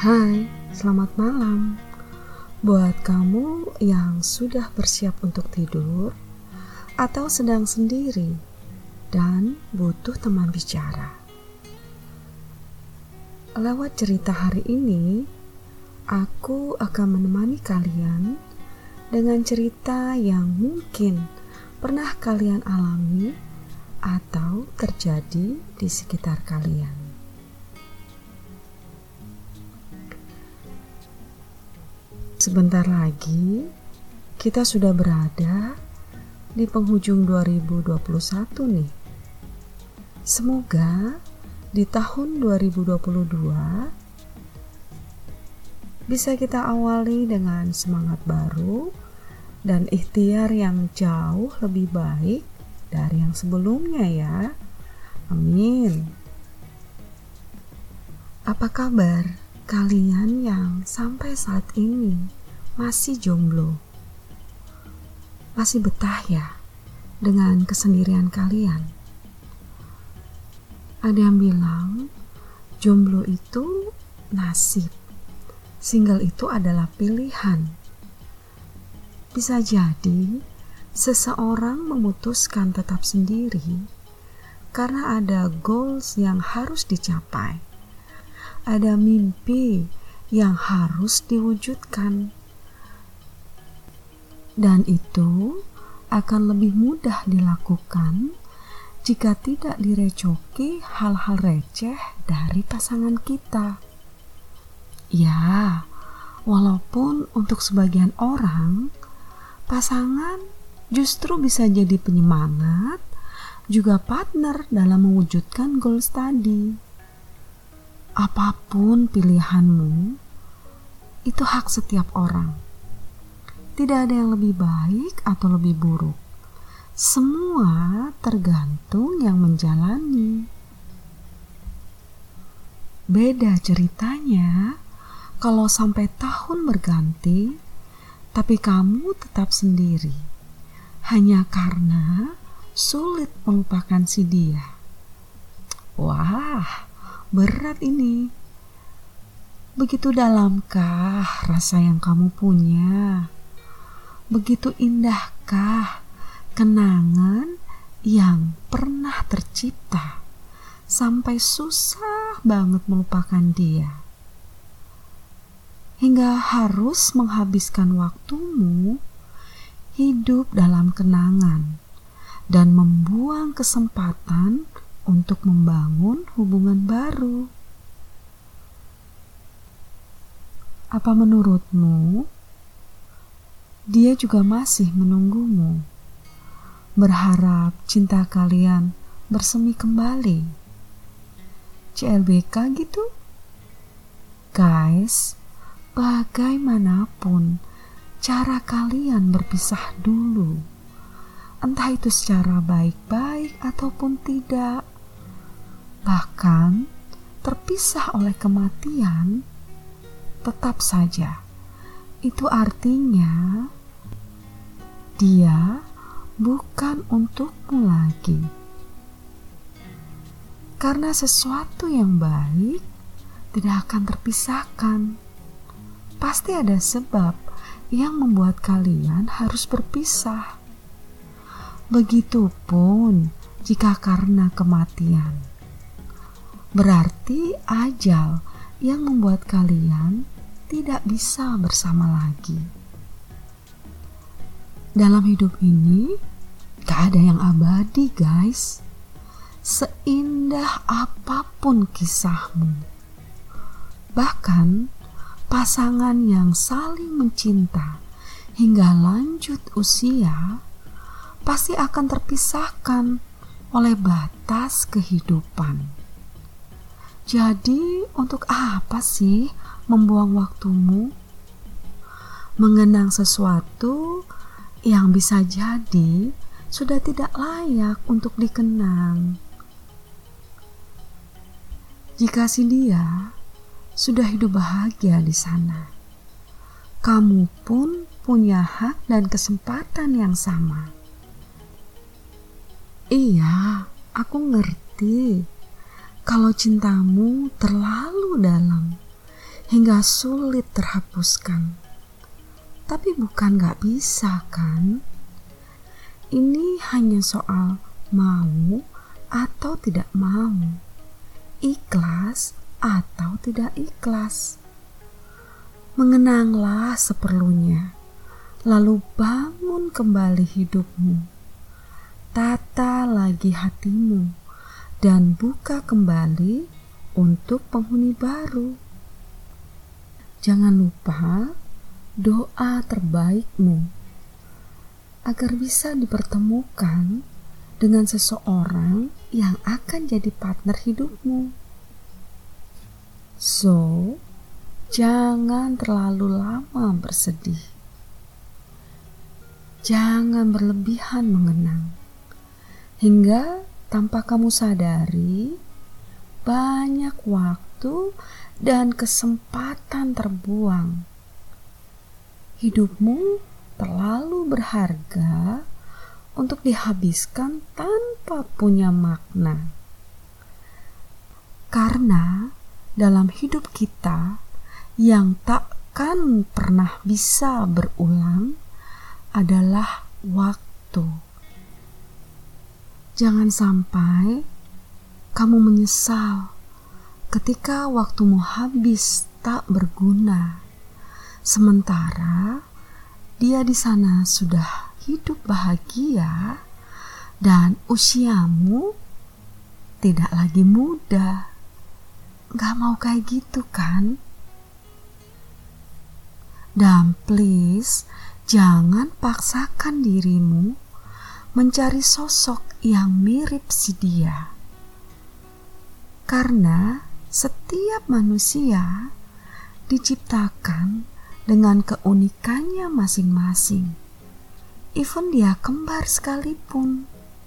Hai, selamat malam. Buat kamu yang sudah bersiap untuk tidur atau sedang sendiri dan butuh teman bicara. Lewat cerita hari ini, aku akan menemani kalian dengan cerita yang mungkin pernah kalian alami atau terjadi di sekitar kalian. Sebentar lagi, kita sudah berada di penghujung 2021 nih. Semoga di tahun 2022 bisa kita awali dengan semangat baru dan ikhtiar yang jauh lebih baik dari yang sebelumnya ya. Amin. Apa kabar kalian yang sampai saat ini masih jomblo? Masih betah ya dengan kesendirian kalian? Ada yang bilang jomblo itu nasib, single itu adalah pilihan. Bisa jadi seseorang memutuskan tetap sendiri karena ada goals yang harus dicapai. Ada mimpi yang harus diwujudkan. Dan itu akan lebih mudah dilakukan jika tidak direcoki hal-hal receh dari pasangan kita. Ya, walaupun untuk sebagian orang, pasangan justru bisa jadi penyemangat, juga partner dalam mewujudkan goals tadi. Apapun pilihanmu, itu hak setiap orang. Tidak ada yang lebih baik atau lebih buruk. Semua tergantung yang menjalani. Beda ceritanya kalau sampai tahun berganti, tapi kamu tetap sendiri. Hanya karena sulit melupakan si dia. Wah, berat ini. Begitu dalamkah rasa yang kamu punya? Begitu indahkah kenangan yang pernah tercipta sampai susah banget melupakan dia? Hingga harus menghabiskan waktumu hidup dalam kenangan dan membuang kesempatan untuk membangun hubungan baru. Apa menurutmu, dia juga masih menunggumu, berharap cinta kalian bersemi kembali? CLBK gitu? Guys, bagaimanapun cara kalian berpisah dulu, entah itu secara baik-baik ataupun tidak, bahkan terpisah oleh kematian, tetap saja itu artinya dia bukan untukmu lagi. Karena sesuatu yang baik tidak akan terpisahkan. Pasti ada sebab yang membuat kalian harus berpisah. Begitupun jika karena kematian. Berarti ajal yang membuat kalian tidak bisa bersama lagi. Dalam hidup ini, gak ada yang abadi, guys. Seindah apapun kisahmu. Bahkan, pasangan yang saling mencinta hingga lanjut usia pasti akan terpisahkan oleh batas kehidupan. Jadi, untuk apa sih membuang waktumu mengenang sesuatu yang bisa jadi sudah tidak layak untuk dikenang? Jika si dia sudah hidup bahagia di sana, kamu pun punya hak dan kesempatan yang sama. Iya, aku ngerti kalau cintamu terlalu dalam hingga sulit terhapuskan. Tapi bukan gak bisa kan? Ini hanya soal mau atau tidak mau, ikhlas atau tidak ikhlas. Mengenanglah seperlunya, lalu bangun kembali hidupmu. Tata lagi hatimu dan buka kembali untuk penghuni baru. Jangan lupa doa terbaikmu agar bisa dipertemukan dengan seseorang yang akan jadi partner hidupmu. So, jangan terlalu lama bersedih. Jangan berlebihan mengenang, hingga tanpa kamu sadari, banyak waktu dan kesempatan terbuang. Hidupmu terlalu berharga untuk dihabiskan tanpa punya makna. Karena dalam hidup kita yang takkan pernah bisa berulang adalah waktu. Jangan sampai kamu menyesal ketika waktumu habis tak berguna, sementara dia di sana sudah hidup bahagia dan usiamu tidak lagi muda. Gak mau kayak gitu kan? Dan please, jangan paksakan dirimu mencari sosok yang mirip si dia. Karena setiap manusia diciptakan dengan keunikannya masing-masing. Even dia kembar sekalipun.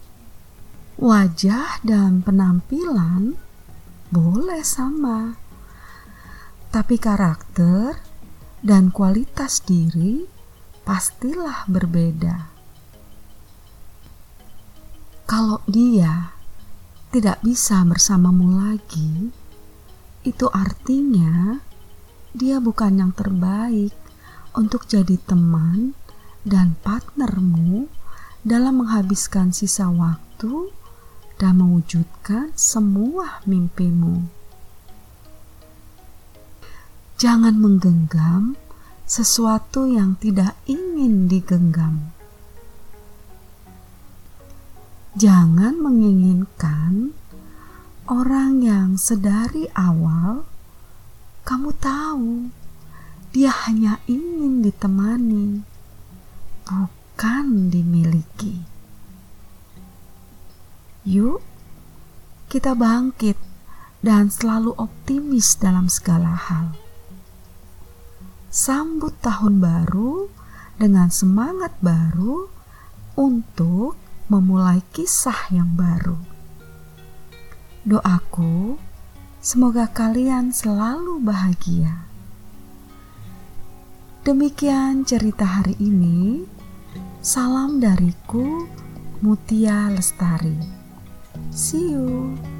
Wajah dan penampilan boleh sama, tapi karakter dan kualitas diri pastilah berbeda. Kalau dia tidak bisa bersamamu lagi, itu artinya dia bukan yang terbaik untuk jadi teman dan partnermu dalam menghabiskan sisa waktu dan mewujudkan semua mimpimu. Jangan menggenggam sesuatu yang tidak ingin digenggam. Jangan menginginkan orang yang sedari awal kamu tahu dia hanya ingin ditemani, bukan dimiliki. Yuk, kita bangkit dan selalu optimis dalam segala hal. Sambut tahun baru dengan semangat baru untuk memulai kisah yang baru. Doaku, semoga kalian selalu bahagia. Demikian cerita hari ini. Salam dariku, Mutia Lestari. See you.